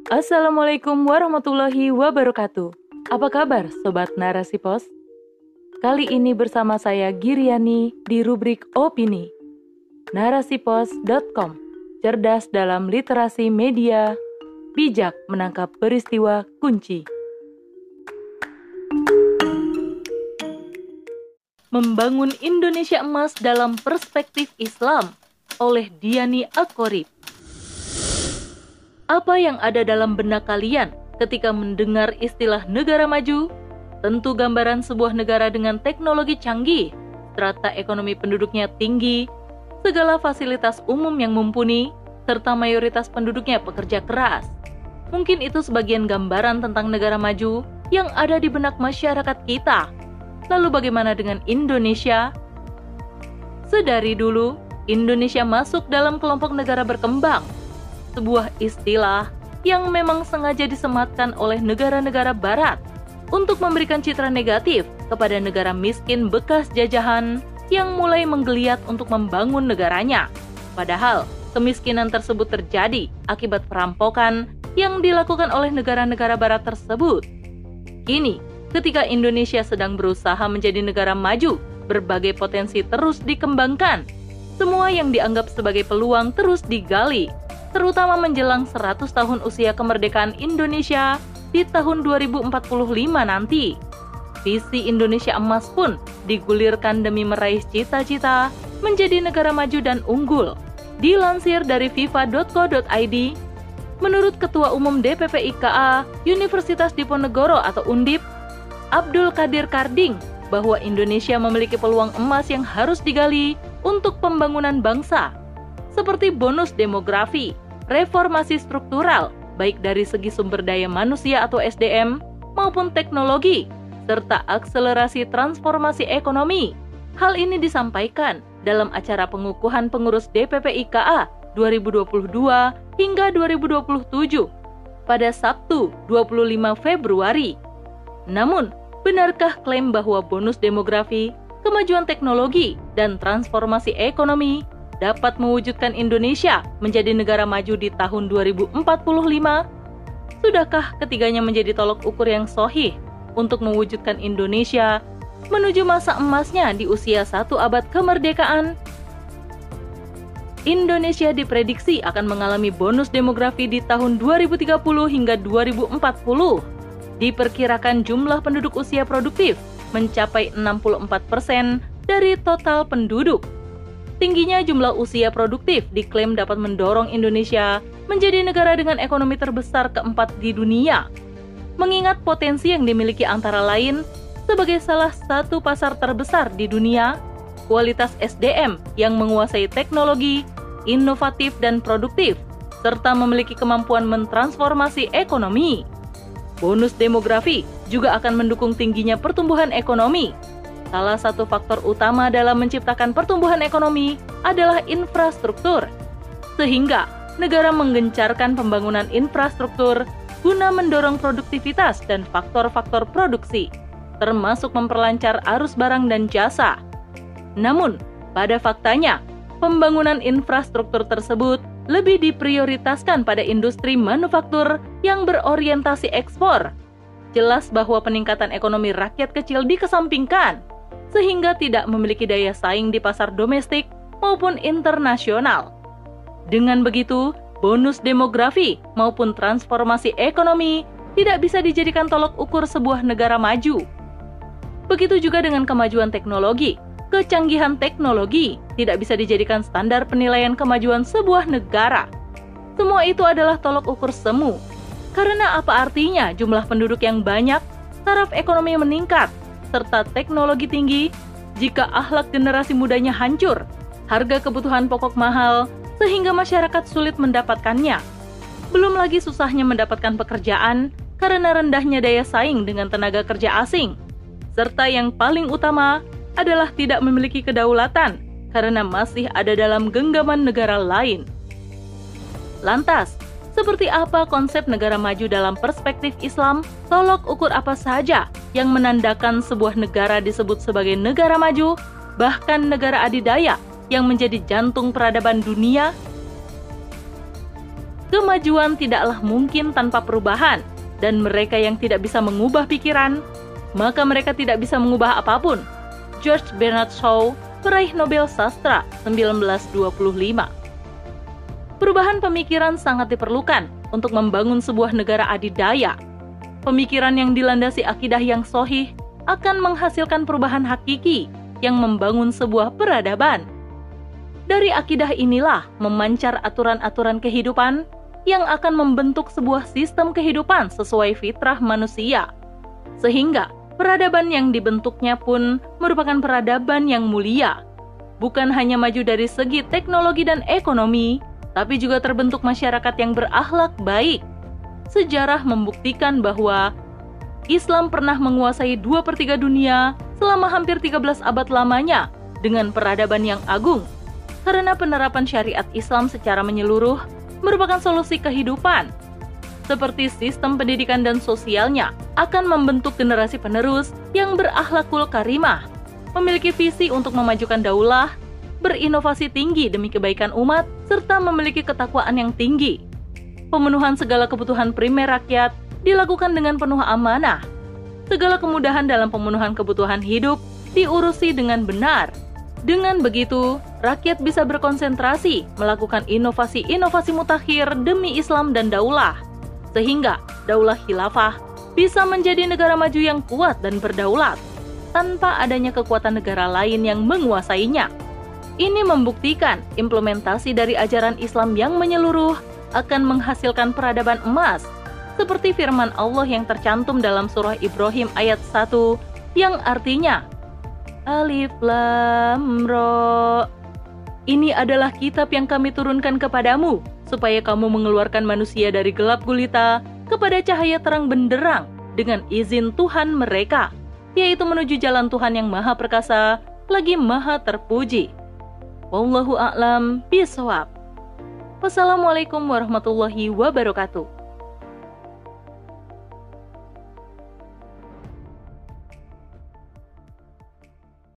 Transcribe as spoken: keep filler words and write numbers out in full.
Assalamualaikum warahmatullahi wabarakatuh. Apa kabar Sobat Narasi Pos? Kali ini bersama saya Giriani di rubrik Opini. narasipos dot com, cerdas dalam literasi media, bijak menangkap peristiwa kunci. Membangun Indonesia Emas dalam Perspektif Islam oleh Diani Akkorib. Apa yang ada dalam benak kalian ketika mendengar istilah negara maju? Tentu gambaran sebuah negara dengan teknologi canggih, strata ekonomi penduduknya tinggi, segala fasilitas umum yang mumpuni, serta mayoritas penduduknya pekerja keras. Mungkin itu sebagian gambaran tentang negara maju yang ada di benak masyarakat kita. Lalu bagaimana dengan Indonesia? Sedari dulu, Indonesia masuk dalam kelompok negara berkembang, sebuah istilah yang memang sengaja disematkan oleh negara-negara barat untuk memberikan citra negatif kepada negara miskin bekas jajahan yang mulai menggeliat untuk membangun negaranya. Padahal, kemiskinan tersebut terjadi akibat perampokan yang dilakukan oleh negara-negara barat tersebut. Kini, ketika Indonesia sedang berusaha menjadi negara maju, berbagai potensi terus dikembangkan. Semua yang dianggap sebagai peluang terus digali, terutama menjelang seratus tahun usia kemerdekaan Indonesia di tahun dua ribu empat puluh lima nanti. Visi Indonesia Emas pun digulirkan demi meraih cita-cita menjadi negara maju dan unggul. Dilansir dari fifa dot co dot i d, menurut Ketua Umum D P P I K A Universitas Diponegoro atau Undip, Abdul Qadir Karding, bahwa Indonesia memiliki peluang emas yang harus digali untuk pembangunan bangsa, seperti bonus demografi, reformasi struktural, baik dari segi sumber daya manusia atau S D M, maupun teknologi, serta akselerasi transformasi ekonomi. Hal ini disampaikan dalam acara pengukuhan pengurus D P P I K A dua ribu dua puluh dua hingga dua ribu dua puluh tujuh pada Sabtu dua puluh lima Februari. Namun, benarkah klaim bahwa bonus demografi, kemajuan teknologi, dan transformasi ekonomi dapat mewujudkan Indonesia menjadi negara maju di tahun dua ribu empat puluh lima? Sudahkah ketiganya menjadi tolok ukur yang sahih untuk mewujudkan Indonesia menuju masa emasnya di usia satu abad kemerdekaan? Indonesia diprediksi akan mengalami bonus demografi di tahun dua ribu tiga puluh hingga dua ribu empat puluh. Diperkirakan jumlah penduduk usia produktif mencapai enam puluh empat persen dari total penduduk. Tingginya jumlah usia produktif diklaim dapat mendorong Indonesia menjadi negara dengan ekonomi terbesar keempat di dunia. Mengingat potensi yang dimiliki antara lain sebagai salah satu pasar terbesar di dunia, kualitas S D M yang menguasai teknologi, inovatif dan produktif, serta memiliki kemampuan mentransformasi ekonomi. Bonus demografi juga akan mendukung tingginya pertumbuhan ekonomi. Salah satu faktor utama dalam menciptakan pertumbuhan ekonomi adalah infrastruktur. Sehingga negara menggencarkan pembangunan infrastruktur guna mendorong produktivitas dan faktor-faktor produksi, termasuk memperlancar arus barang dan jasa. Namun, pada faktanya, pembangunan infrastruktur tersebut lebih diprioritaskan pada industri manufaktur yang berorientasi ekspor. Jelas bahwa peningkatan ekonomi rakyat kecil dikesampingkan, sehingga tidak memiliki daya saing di pasar domestik maupun internasional. Dengan begitu, bonus demografi maupun transformasi ekonomi tidak bisa dijadikan tolok ukur sebuah negara maju. Begitu juga dengan kemajuan teknologi. Kecanggihan teknologi tidak bisa dijadikan standar penilaian kemajuan sebuah negara. Semua itu adalah tolok ukur semu. Karena apa artinya jumlah penduduk yang banyak, taraf ekonomi meningkat, serta teknologi tinggi, jika akhlak generasi mudanya hancur, harga kebutuhan pokok mahal, sehingga masyarakat sulit mendapatkannya. Belum lagi susahnya mendapatkan pekerjaan karena rendahnya daya saing dengan tenaga kerja asing. Serta yang paling utama adalah tidak memiliki kedaulatan karena masih ada dalam genggaman negara lain. Lantas, seperti apa konsep negara maju dalam perspektif Islam? Tolok ukur apa saja yang menandakan sebuah negara disebut sebagai negara maju, bahkan negara adidaya yang menjadi jantung peradaban dunia? kemajuan tidaklah mungkin tanpa perubahan, dan mereka yang tidak bisa mengubah pikiran, maka mereka tidak bisa mengubah apapun. George Bernard Shaw, peraih Nobel Sastra seribu sembilan ratus dua puluh lima. Perubahan pemikiran sangat diperlukan untuk membangun sebuah negara adidaya. Pemikiran yang dilandasi akidah yang sahih akan menghasilkan perubahan hakiki yang membangun sebuah peradaban. Dari akidah inilah memancar aturan-aturan kehidupan yang akan membentuk sebuah sistem kehidupan sesuai fitrah manusia. Sehingga peradaban yang dibentuknya pun merupakan peradaban yang mulia. Bukan hanya maju dari segi teknologi dan ekonomi, tapi juga terbentuk masyarakat yang berakhlak baik. Sejarah membuktikan bahwa Islam pernah menguasai dua per tiga dunia selama hampir tiga belas abad lamanya dengan peradaban yang agung. Karena penerapan syariat Islam secara menyeluruh merupakan solusi kehidupan. Seperti sistem pendidikan dan sosialnya akan membentuk generasi penerus yang berakhlakul karimah, memiliki visi untuk memajukan daulah, berinovasi tinggi demi kebaikan umat, serta memiliki ketakwaan yang tinggi. Pemenuhan segala kebutuhan primer rakyat dilakukan dengan penuh amanah. Segala kemudahan dalam pemenuhan kebutuhan hidup diurusi dengan benar. Dengan begitu, rakyat bisa berkonsentrasi melakukan inovasi-inovasi mutakhir demi Islam dan daulah, sehingga daulah khilafah bisa menjadi negara maju yang kuat dan berdaulat, tanpa adanya kekuatan negara lain yang menguasainya. Ini membuktikan implementasi dari ajaran Islam yang menyeluruh akan menghasilkan peradaban emas, seperti firman Allah yang tercantum dalam surah Ibrahim ayat satu, yang artinya, Alif Lam Ra. Ini adalah kitab yang kami turunkan kepadamu, supaya kamu mengeluarkan manusia dari gelap gulita kepada cahaya terang benderang dengan izin Tuhan mereka, yaitu menuju jalan Tuhan yang maha perkasa, lagi maha terpuji. Wallahu a'lam bishawab. Wassalamualaikum warahmatullahi wabarakatuh.